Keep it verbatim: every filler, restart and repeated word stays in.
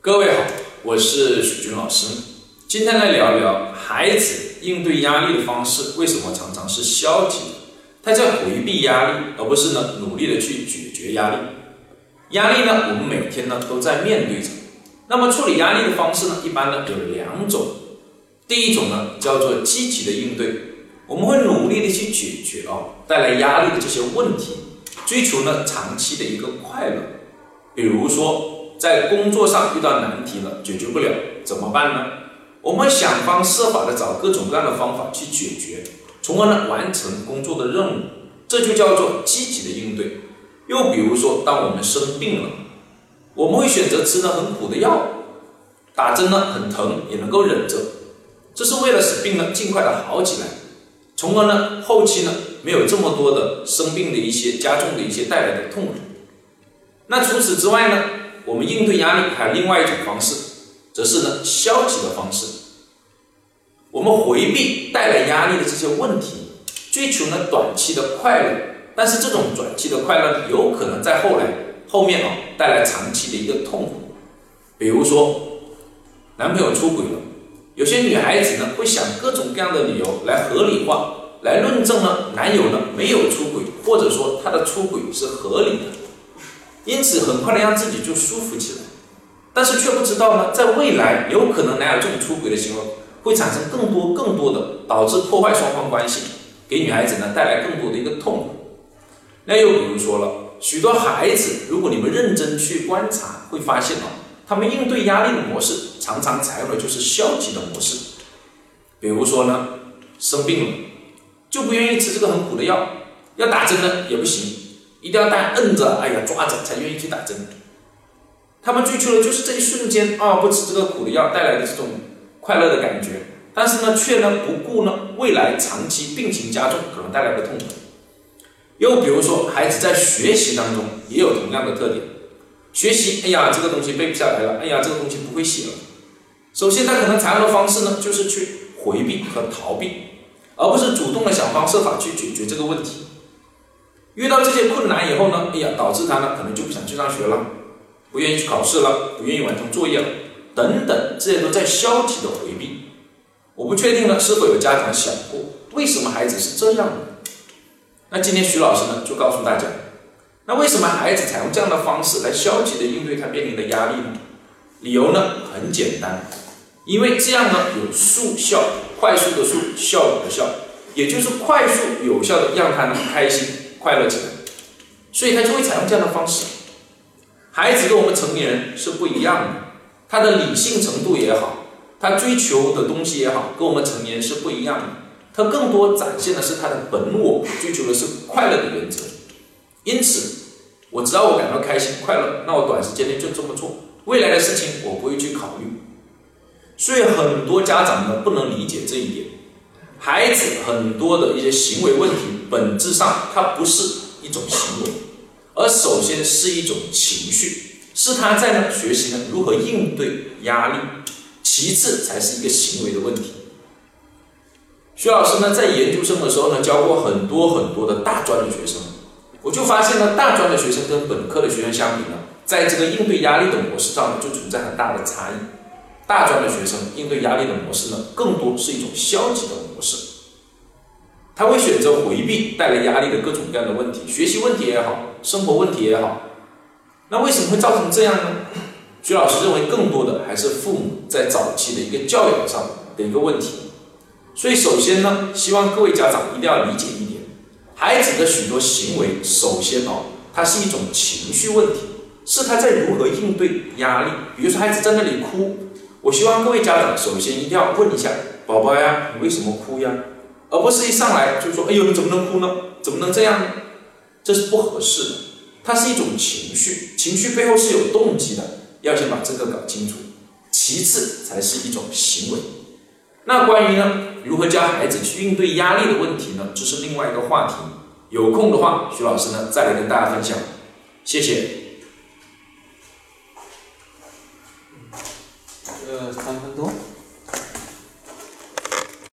各位好，我是许军老师。今天来聊聊孩子应对压力的方式为什么常常是消极的？他在回避压力，而不是呢努力的去解决压力。压力呢，我们每天呢都在面对着。那么处理压力的方式呢，一般呢有两种。第一种呢叫做积极的应对，我们会努力的去解决哦带来压力的这些问题，追求呢长期的一个快乐。比如说在工作上遇到难题了，解决不了怎么办呢？我们想方设法的找各种各样的方法去解决，从而呢完成工作的任务，这就叫做积极的应对。又比如说，当我们生病了，我们会选择吃呢很苦的药，打针呢很疼也能够忍着，这是为了使病呢尽快的好起来，从而呢后期呢没有这么多的生病的一些加重的一些带来的痛苦。那除此之外呢，我们应对压力还有另外一种方式，则是呢消极的方式。我们回避带来压力的这些问题，追求呢短期的快乐，但是这种短期的快乐有可能在后来后面哦带来长期的一个痛苦。比如说男朋友出轨了，有些女孩子呢会想各种各样的理由来合理化，来论证呢男友呢没有出轨，或者说他的出轨是合理的，因此很快的让自己就舒服起来。但是却不知道呢，在未来有可能男友这种出轨的行为会产生更多更多的，导致破坏双方关系，给女孩子呢带来更多的一个痛苦。那又比如说了，许多孩子如果你们认真去观察，会发现哦，他们应对压力的模式常常采用的就是消极的模式。比如说呢，生病了就不愿意吃这个很苦的药，要打针呢也不行，一定要带摁着，哎呀抓着才愿意去打针。他们追求的就是这一瞬间啊，不吃这个苦的药带来的这种快乐的感觉，但是呢，却呢不顾呢未来长期病情加重可能带来的痛苦。又比如说，孩子在学习当中也有同样的特点。学习，哎呀，这个东西背不下来了，哎呀，这个东西不会写了。首先，他可能采用的方式呢，就是去回避和逃避，而不是主动的想方设法去解决这个问题。遇到这些困难以后呢，哎呀，导致他呢可能就不想去上学了，不愿意去考试了，不愿意完成作业了，等等，这些都在消极的回避。我不确定呢，是否有家长想过，为什么孩子是这样的？那今天徐老师呢，就告诉大家，那为什么孩子采用这样的方式来消极的应对他面临的压力呢？理由呢很简单，因为这样呢有速效，快速的速，效果的效，也就是快速有效的让他呢开心快乐起来，所以他就会采用这样的方式。孩子跟我们成年人是不一样的，他的理性程度也好，他追求的东西也好，跟我们成年人是不一样的。他更多展现的是他的本我，追求的是快乐的原则。因此，我只要我感到开心快乐，那我短时间内就这么做，未来的事情我不会去考虑。所以很多家长呢不能理解这一点，孩子很多的一些行为问题，本质上它不是一种行为，而首先是一种情绪，是他在呢学习呢如何应对压力，其次才是一个行为的问题。徐老师呢在研究生的时候呢教过很多很多的大专的学生，我就发现呢大专的学生跟本科的学生相比呢，在这个应对压力的模式上呢就存在很大的差异。大专的学生应对压力的模式呢更多是一种消极的模式，他会选择回避带来压力的各种各样的问题，学习问题也好，生活问题也好。那为什么会造成这样呢？徐老师认为更多的还是父母在早期的一个教养上的一个问题。所以首先呢，希望各位家长一定要理解一点，孩子的许多行为，首先哦，它是一种情绪问题，是他在如何应对压力。比如说孩子在那里哭，我希望各位家长首先一定要问一下，宝宝呀，你为什么哭呀？而不是一上来就说，哎呦，你怎么能哭呢？怎么能这样呢？这是不合适的。它是一种情绪，情绪背后是有动机的，要先把这个搞清楚，其次才是一种行为。那关于呢如何教孩子去应对压力的问题呢，这是另外一个话题，有空的话徐老师呢再来跟大家分享。谢谢。 这个三分多。